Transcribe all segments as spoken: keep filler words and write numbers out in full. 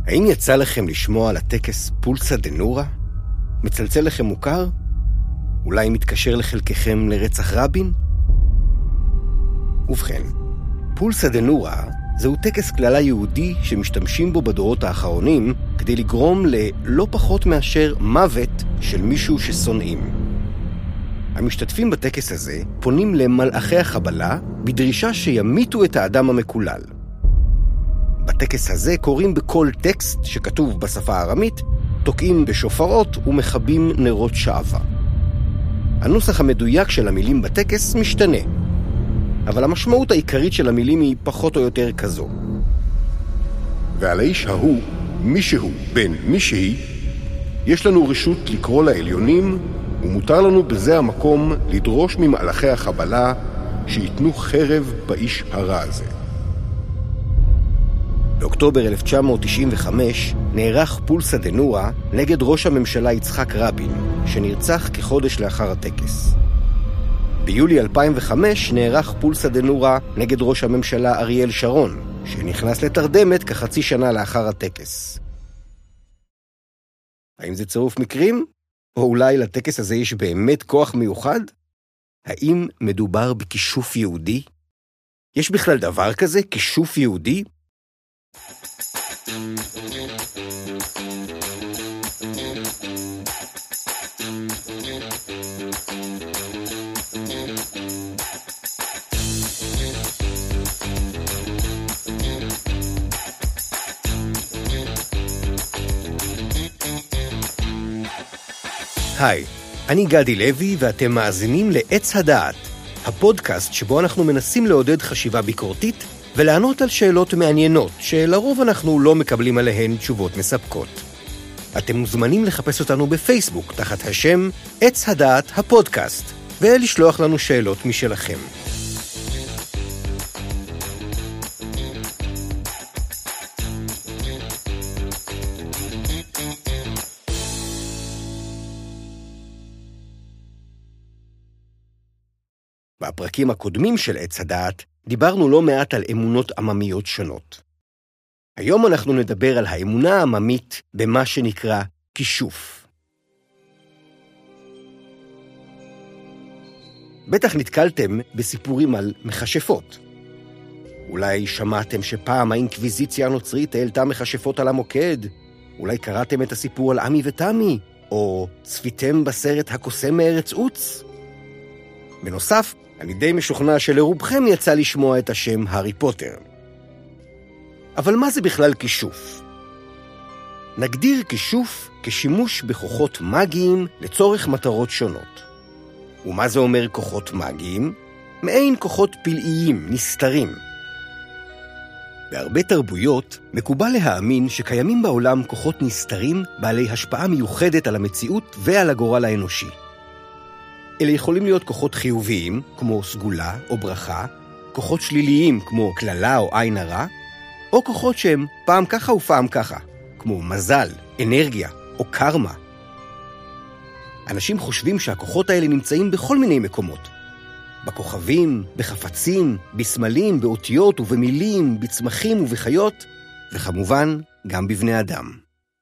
האם יצא לכם לשמוע על הטקס פולסא דנורא? מצלצל לכם מוכר? אולי מתקשר לחלקכם לרצח רבין? ובכן, פולסא דנורא זהו טקס כללה יהודי שמשתמשים בו בדורות האחרונים כדי לגרום ללא פחות מאשר מוות של מישהו ששונאים. המשתתפים בטקס הזה פונים למלאכי החבלה בדרישה שימיתו את האדם המקולל. בטקס הזה קוראים בכל טקסט שכתוב בשפה הארמית, תוקעים בשופרות ומכבים נרות שעווה. הנוסח המדויק של המילים בטקס משתנה, אבל המשמעות העיקרית של המילים היא פחות או יותר כזו. ועל האיש ההוא, מישהו בן מישהי, יש לנו רשות לקרוא לעליונים, ומותר לנו בזה המקום לדרוש ממלאכי החבלה שיתנו חרב באיש הרע הזה. באוקטובר אלף תשע מאות תשעים וחמש נערך פולסא דנורא נגד ראש הממשלה יצחק רבין, שנרצח כחודש לאחר הטקס. ביולי אלפיים וחמש נערך פולסא דנורא נגד ראש הממשלה אריאל שרון, שנכנס לתרדמת כחצי שנה לאחר הטקס. האם זה צירוף מקרים? או אולי לטקס הזה יש באמת כוח מיוחד? האם מדובר בכישוף יהודי? יש בכלל דבר כזה, כישוף יהודי? היי, אני גדי לוי ואתם מאזינים לעץ הדעת, הפודקאסט שבו אנחנו מנסים לעודד חשיבה ביקורתית ולענות על שאלות מעניינות שלרוב אנחנו לא מקבלים עליהן תשובות מספקות. אתם מוזמנים לחפש אותנו בפייסבוק תחת השם עץ הדעת הפודקאסט ולשלוח לנו שאלות משלכם. בפרקים הקודמים של עץ הדעת דיברנו לא מעט על אמונות עממיות שונות. היום אנחנו נדבר על האמונה העממית במה שנקרא כישוף. בטח נתקלתם בסיפורים על מכשפות. אולי שמעתם שפעם האינקוויזיציה הנוצרית העלתה מכשפות על המוקד, אולי קראתם את הסיפור על עמי ותמי, או צפיתם בסרט הקוסם מארץ עוץ. בנוסף, אני די משוכנע שלרובכם יצא לשמוע את השם הארי פוטר. אבל מה זה בכלל כישוף? נגדיר כישוף כשימוש בכוחות מגיים לצורך מטרות שונות. ומה זה אומר כוחות מגיים? מעין כוחות פלאיים, נסתרים. בהרבה תרבויות מקובל להאמין שקיימים בעולם כוחות נסתרים בעלי השפעה מיוחדת על המציאות ועל הגורל האנושי. אלה יכולים להיות כוחות חיוביים, כמו סגולה או ברכה, כוחות שליליים, כמו כללה או עין הרע, או כוחות שהם פעם ככה ופעם ככה, כמו מזל, אנרגיה או קרמה. אנשים חושבים שהכוחות האלה נמצאים בכל מיני מקומות. בכוכבים, בחפצים, בסמלים, באותיות ובמילים, בצמחים ובחיות, וכמובן גם בבני אדם.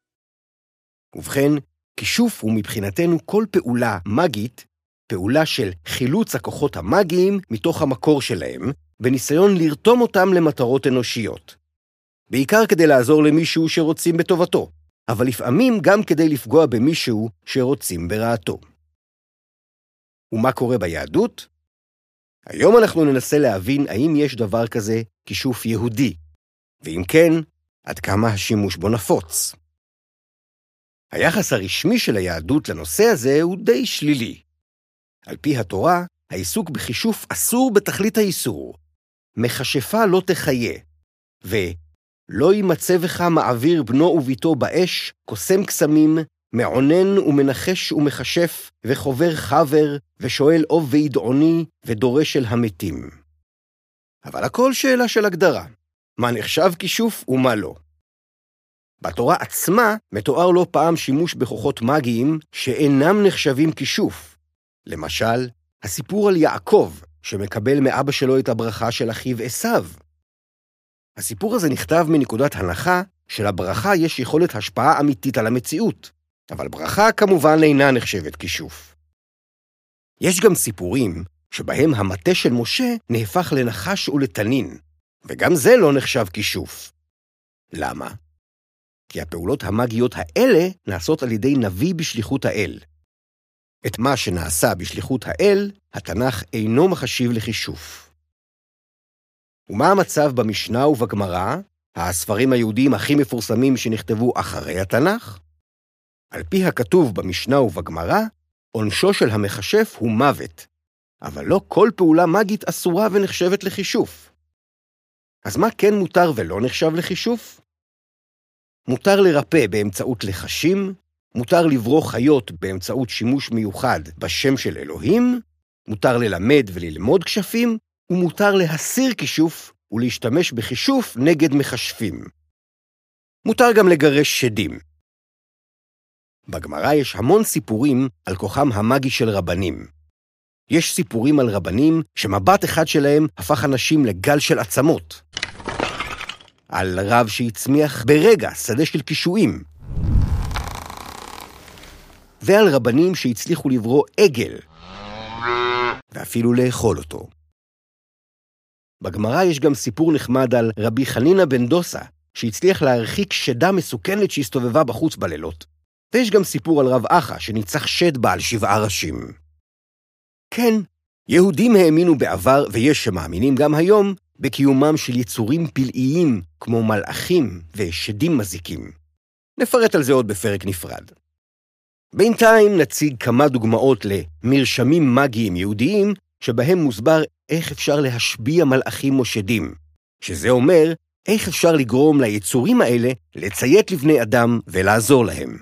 ובכן, כישוף הוא מבחינתנו כל פעולה מגית, פעולה של חילוץ הכוחות המגיים מתוך המקור שלהם, בניסיון לרתום אותם למטרות אנושיות. בעיקר כדי לעזור למישהו שרוצים בטובתו, אבל לפעמים גם כדי לפגוע במישהו שרוצים ברעתו. ומה קורה ביהדות? היום אנחנו ננסה להבין האם יש דבר כזה כישוף יהודי, ואם כן, עד כמה השימוש בו נפוץ. היחס הרשמי של היהדות לנושא הזה הוא די שלילי. על פי התורה, העיסוק בכישוף אסור בתכלית האיסור. מכשפה לא תחיה, ולא יימצא בך מעביר בנו וביתו באש, קוסם קסמים, מעונן ומנחש ומכשף, וחובר חבר, ושואל אוב וידעוני, ודורש אל המתים. אבל הכל שאלה של הגדרה. מה נחשב כישוף ומה לא. בתורה עצמה מתואר לא פעם שימוש בכוחות מגיים שאינם נחשבים כישוף. למשל, הסיפור על יעקב, שמקבל מאבא שלו את הברכה של אחיו עשיו. הסיפור הזה נכתב מנקודת הנחה שלברכה יש יכולת השפעה אמיתית על המציאות, אבל ברכה כמובן אינה נחשבת כישוף. יש גם סיפורים שבהם המטה של משה נהפך לנחש ולתנין, וגם זה לא נחשב כישוף. למה? כי הפעולות המאגיות האלה נעשות על ידי נביא בשליחות האל. את מה שנעשה בשליחות האל, התנ"ך אינו מחשיב לכישוף. ומה המצב במשנה ובגמרא, הספרים היהודיים הכי מפורסמים שנכתבו אחרי התנ"ך? על פי הכתוב במשנה ובגמרא, עונשו של המכשף הוא מוות, אבל לא כל פעולה מאגית אסורה ונחשבת לכישוף. אז מה כן מותר ולא נחשב לכישוף? מותר לרפא באמצעות לחשים, מותר לברוא חיות באמצעות שימוש מיוחד בשם של אלוהים, מותר ללמד וללמוד כשפים, ומותר להסיר כישוף ולהשתמש בכישוף נגד מכשפים. מותר גם לגרש שדים. בגמרא יש המון סיפורים על כוחם המאגי של רבנים. יש סיפורים על רבנים שמבט אחד שלהם הפך אנשים לגל של עצמות. על רב שהצמיח ברגע שדה של קישואים. ועל רבנים שהצליחו לברוא עגל, ואפילו לאכול אותו. בגמרא יש גם סיפור נחמד על רבי חנינא בן דוסה, שהצליח להרחיק שדה מסוכנת שהסתובבה בחוץ בלילות. ויש גם סיפור על רב אחא שניצח שד בעל שבעה ראשים. כן, יהודים האמינו בעבר, ויש שמאמינים גם היום, בקיומם של יצורים פלאיים כמו מלאכים ושדים מזיקים. נפרט על זה עוד בפרק נפרד. בינתיים נציג כמה דוגמאות למרשמים מאגיים יהודיים, שבהם מוסבר איך אפשר להשביע מלאכים או שדים, שזה אומר איך אפשר לגרום ליצורים האלה לציית לבני אדם ולעזור להם.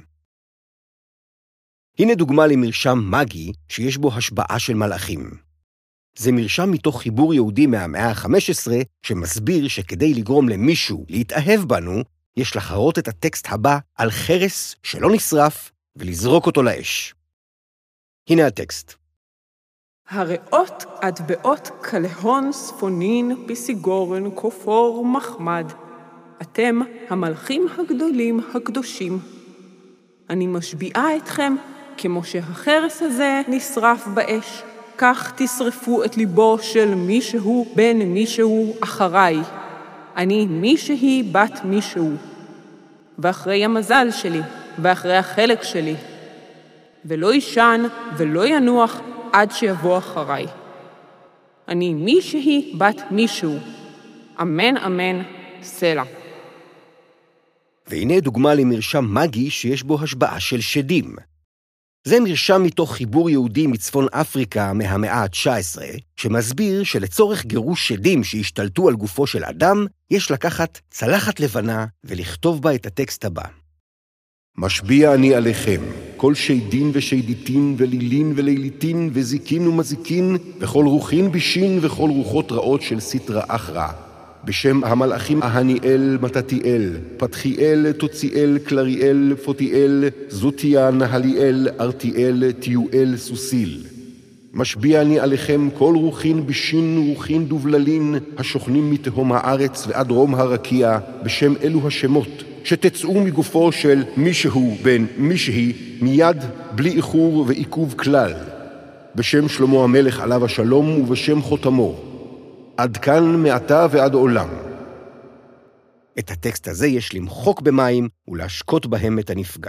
הנה דוגמה למרשם מאגי שיש בו השבעה של מלאכים. זה מרשם מתוך חיבור יהודי מהמאה ה-חמש עשרה, שמסביר שכדי לגרום למישהו להתאהב בנו, יש לחרות את הטקסט הבא על חרס שלא נשרף ולזרוק אותו לאש. הנה הטקסט. הריאות עד באות כלהון ספונין פסיגורן כופור מחמד. אתם המלכים הגדולים הקדושים. אני משביעה אתכם כמו שהחרס הזה נשרף באש. כך תשרפו את ליבו של מישהו בן מישהו אחריי. אני מישהי בת מישהו. ואחרי המזל שלי, ואחרי החלק שלי. ולא ישן ולא ינוח עד שיבוא אחריי. אני מישהי בת מישהו. אמן אמן סלע. והנה דוגמה למרשם מאגי שיש בו השבעה של שדים. זה מרשם מתוך חיבור יהודי מצפון אפריקה מהמאה ה-תשע עשרה, שמסביר שלצורך גירוש שדים שהשתלטו על גופו של אדם, יש לקחת צלחת לבנה ולכתוב בה את הטקסט הבא. משביע אני עליכם, כל שידין ושידיתין ולילין וליליתין וזיקין ומזיקין, וכל רוחין בישין וכל רוחות רעות של סטרא אחרא. בשם המלאכים אהניאל, מתתיאל, פתחיאל, תוציאל, קלריאל, פותיאל, זוטיה, נהליאל, ארתיאל, תיואל, סוסיל. משביע אני עליכם כל רוחין בישין רוחין דובללין, השוכנים מתהום הארץ ועד רום הרקיע, בשם אלו השמות, שתצאו מגופו של מישהו בן מישהי, מיד בלי איחור ועיכוב כלל. בשם שלמה המלך עליו השלום ובשם חותמו. עד כאן מעתה ועד עולם. את הטקסט הזה יש למחוק במים ולהשקות בהם את הנפגע.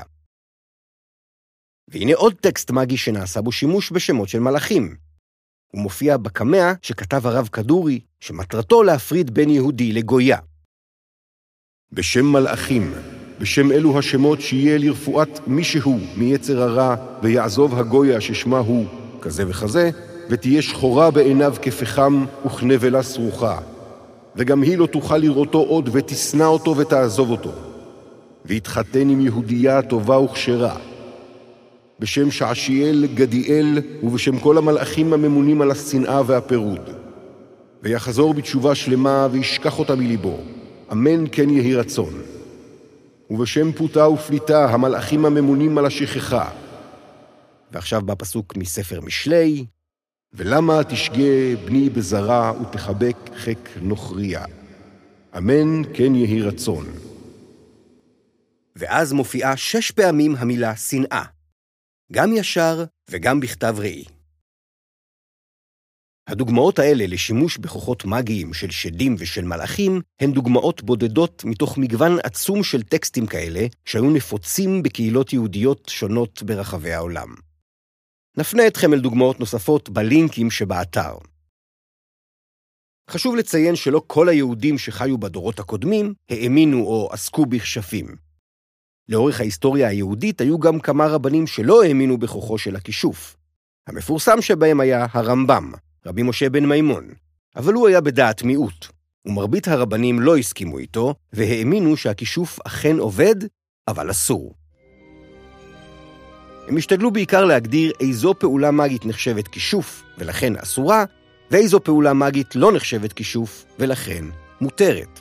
והנה עוד טקסט מאגי שנעשה בו שימוש בשמות של מלאכים. הוא מופיע בקמע שכתב הרב כדורי, שמטרתו להפריד בין יהודי לגויה. בשם מלאכים, בשם אלו השמות שיהיה לרפואת מישהו מיצר הרע, ויעזוב הגויה ששמה הוא כזה וכזה, ותהיה שחורה בעיניו כפחם וכנבלה סרוחה. וגם היא לא תוכל לראותו עוד ותשנא אותו ותעזוב אותו. והתחתן עם יהודייה טובה וכשרה. בשם שעשיאל, גדיאל, ובשם כל המלאכים הממונים על השנאה והפירוד. ויחזור בתשובה שלמה וישכח אותה מליבו. אמן כן יהי רצון. ובשם פותה ופליטה המלאכים הממונים על השכחה. ועכשיו בא פסוק מספר משלי. ולמה תשגה בני בזרה ותחבק חק נוכריה. אמן כן יהי רצון. ואז מופיעה שש פעמים המילה שנאה, גם ישר וגם בכתב ראי. הדוגמאות האלה לשימוש בכוחות מגיים של שדים ושל מלאכים הן דוגמאות בודדות מתוך מגוון עצום של טקסטים כאלה שהיו נפוצים בקהילות יהודיות שונות ברחבי העולם. נפנה אתכם אל דוגמאות נוספות בלינקים שבאתר. חשוב לציין שלא כל היהודים שחיו בדורות הקודמים האמינו או עסקו בכשפים. לאורך ההיסטוריה היהודית היו גם כמה רבנים שלא האמינו בכוחו של הכישוף. המפורסם שבהם היה הרמב"ם, רבי משה בן מימון, אבל הוא היה בדעת מיעוט, ומרבית הרבנים לא הסכימו איתו, והאמינו שהכישוף אכן עובד, אבל אסור. הם השתדלו בעיקר להגדיר איזו פעולה מגית נחשבת כישוף, ולכן אסורה, ואיזו פעולה מגית לא נחשבת כישוף, ולכן מותרת.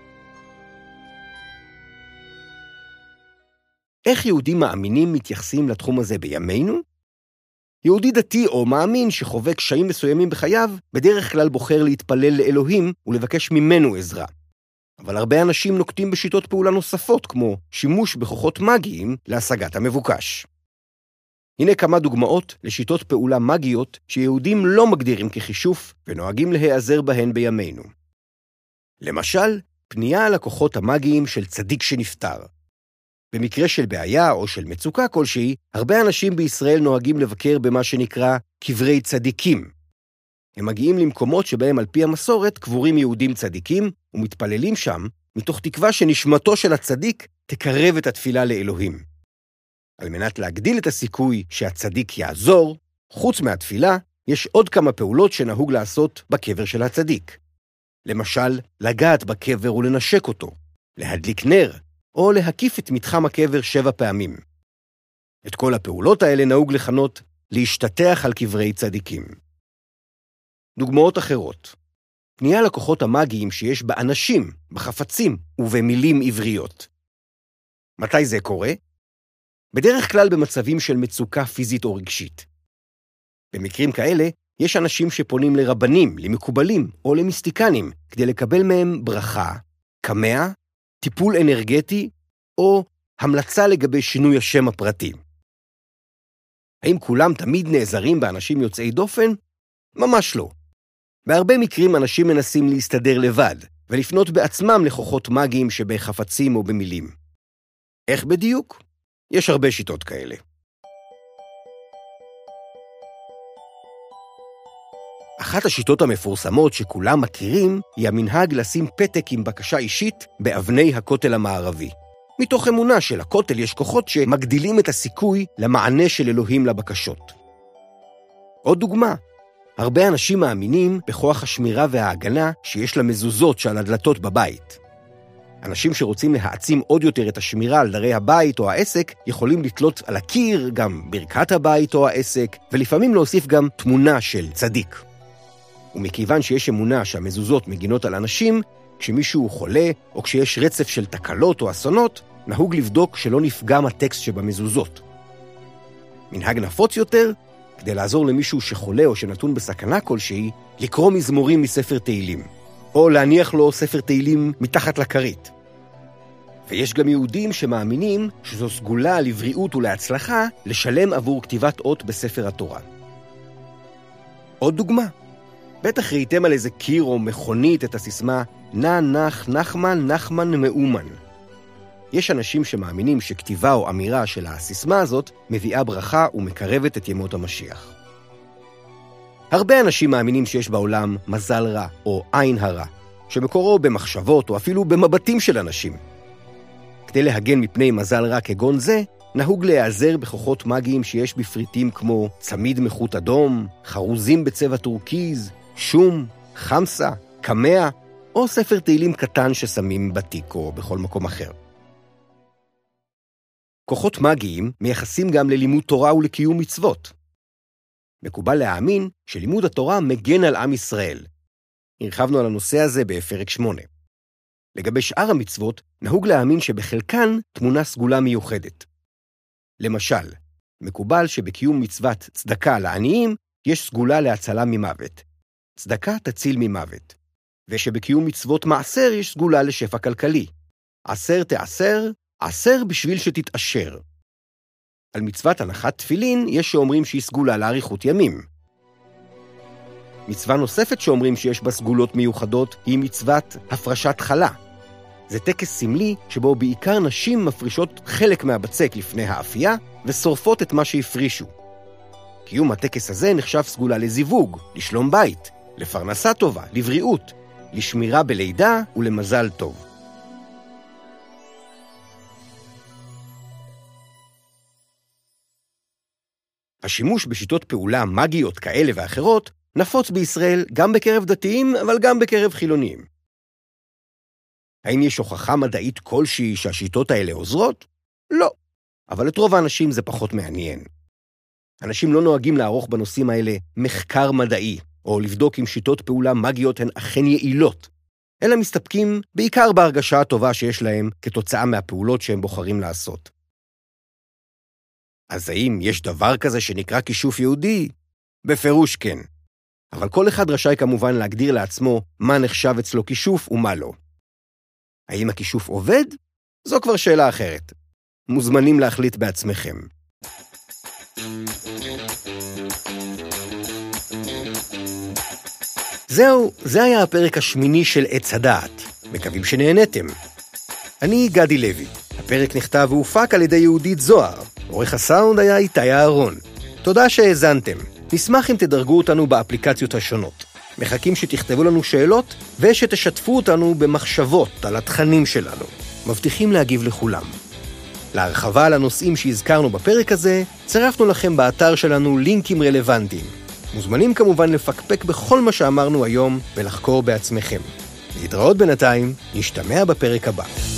איך יהודים מאמינים מתייחסים לתחום הזה בימינו? יהודי דתי או מאמין שחווה קשיים מסוימים בחייו, בדרך כלל בוחר להתפלל לאלוהים ולבקש ממנו עזרה. אבל הרבה אנשים נוקטים בשיטות פעולה נוספות, כמו שימוש בכוחות מגיים להשגת המבוקש. הנה כמה דוגמאות לשיטות פעולה מגיות שיהודים לא מגדירים כחישוף ונוהגים להיעזר בהן בימינו. למשל, פנייה על הכוחות המגיים של צדיק שנפטר. במקרה של בעיה או של מצוקה כלשהי, הרבה אנשים בישראל נוהגים לבקר במה שנקרא קברי צדיקים. הם מגיעים למקומות שבהם על פי המסורת קבורים יהודים צדיקים ומתפללים שם, מתוך תקווה שנשמתו של הצדיק תקרב את התפילה לאלוהים. על מנת להגדיל את הסיכוי שהצדיק יעזור, חוץ מהתפילה, יש עוד כמה פעולות שנהוג לעשות בקבר של הצדיק. למשל, לגעת בקבר ולנשק אותו, להדליק נר, או להקיף את מתחם הקבר שבע פעמים. את כל הפעולות האלה נהוג לכנות להשתטח על קברי צדיקים. דוגמאות אחרות. פנייה לכוחות המגיים שיש באנשים, בחפצים ובמילים עבריות. מתי זה קורה? בדרך כלל במצבים של מצוקה פיזית או רגשית. במקרים כאלה, יש אנשים שפונים לרבנים, למקובלים או למיסטיקנים, כדי לקבל מהם ברכה, קמע, טיפול אנרגטי או המלצה לגבי שינוי השם הפרטי. האם כולם תמיד נעזרים באנשים יוצאי דופן? ממש לא. בהרבה מקרים אנשים מנסים להסתדר לבד, ולפנות בעצמם לכוחות מגיים שבחפצים או במילים. איך בדיוק? יש הרבה שיטות כאלה. אחת השיטות המפורסמות שכולם מכירים היא המנהג לשים פתק עם בקשה אישית באבני הכותל המערבי. מתוך אמונה שלכותל יש כוחות שמגדילים את הסיכוי למענה של אלוהים לבקשות. עוד דוגמה, הרבה אנשים מאמינים בכוח השמירה וההגנה שיש למזוזות שעל הדלתות בבית. אנשים שרוצים להעצים עוד יותר את השמירה על דרי הבית או העסק, יכולים לתלות על הקיר גם ברכת הבית או העסק, ולפעמים להוסיף גם תמונה של צדיק. ומכיוון שיש אמונה שהמזוזות מגינות על אנשים, כשמישהו חולה או כשיש רצף של תקלות או אסונות, נהוג לבדוק שלא נפגם הטקסט שבמזוזות. מנהג נפוץ יותר, כדי לעזור למישהו שחולה או שנתון בסכנה כלשהי, לקרוא מזמורים מספר תהילים, או להניח לו ספר תהילים מתחת לכרית. ויש גם יהודים שמאמינים שזו סגולה לבריאות ולהצלחה לשלם עבור כתיבת אות בספר התורה. עוד דוגמה, בטח ראיתם על איזה קיר או מכונית את הסיסמה נע נח נחמן נחמן מאומן. יש אנשים שמאמינים שכתיבה או אמירה של הסיסמה הזאת מביאה ברכה ומקרבת את ימות המשיח. הרבה אנשים מאמינים שיש בעולם מזל רע או עין הרע, שמקורו במחשבות או אפילו במבטים של אנשים. כדי להגן מפני מזל רע כגון זה, נהוג להיעזר בכוחות מגיים שיש בפריטים כמו צמיד מחוט אדום, חרוזים בצבע טורקיז, שום, חמסה, קמע, או ספר תהילים קטן ששמים בתיק או בכל מקום אחר. כוחות מגיים מייחסים גם ללימוד תורה ולקיום מצוות. מקובל להאמין שלימוד התורה מגן על עם ישראל. הרחבנו על הנושא הזה בפרק שמונה. לגבי שאר המצוות, נהוג להאמין שבחלקן תמונה סגולה מיוחדת. למשל, מקובל שבקיום מצוות צדקה לעניים יש סגולה להצלה ממוות. צדקה תציל ממוות. ושבקיום מצוות מעשר יש סגולה לשפע כלכלי. עשר תעשר, עשר בשביל שתתעשר. על מצוות הנחת תפילין יש שאומרים שהיא סגולה לאריכות ימים. מצווה נוספת שאומרים שיש בה סגולות מיוחדות היא מצוות הפרשת חלה. זה טקס סמלי שבו בעיקר נשים מפרישות חלק מהבצק לפני האפייה ושורפות את מה שהפרישו. קיום הטקס הזה נחשב סגולה לזיווג, לשלום בית, לפרנסה טובה, לבריאות, לשמירה בלידה ולמזל טוב. השימוש בשיטות פעולה מגיות כאלה ואחרות נפוץ בישראל גם בקרב דתיים, אבל גם בקרב חילוניים. האם יש הוכחה מדעית כלשהי שהשיטות האלה עוזרות? לא. אבל את רוב האנשים זה פחות מעניין. אנשים לא נוהגים לערוך בנושאים האלה מחקר מדעי, או לבדוק אם שיטות פעולה מגיות הן אכן יעילות, אלא מסתפקים בעיקר בהרגשה הטובה שיש להם כתוצאה מהפעולות שהם בוחרים לעשות. אז האם יש דבר כזה שנקרא כישוף יהודי? בפירוש כן. אבל כל אחד רשאי כמובן להגדיר לעצמו מה נחשב אצלו כישוף ומה לא. האם הכישוף עובד? זו כבר שאלה אחרת. מוזמנים להחליט בעצמכם. זהו, זה היה הפרק השמיני של עץ הדעת. מקווים שנהנתם. אני גדי לוי. הפרק נכתב והופק על ידי יהודית זוהר. עורך הסאונד היה איתי אהרון. תודה שהאזנתם. נשמח אם תדרגו אותנו באפליקציות השונות. מחכים שתכתבו לנו שאלות ושתשתפו אותנו במחשבות על התכנים שלנו. מבטיחים להגיב לכולם. להרחבה על הנושאים שהזכרנו בפרק הזה, צירפנו לכם באתר שלנו לינקים רלוונטיים. מוזמנים כמובן לפקפק בכל מה שאמרנו היום ולחקור בעצמכם. להתראות בינתיים, נשתמע בפרק הבא.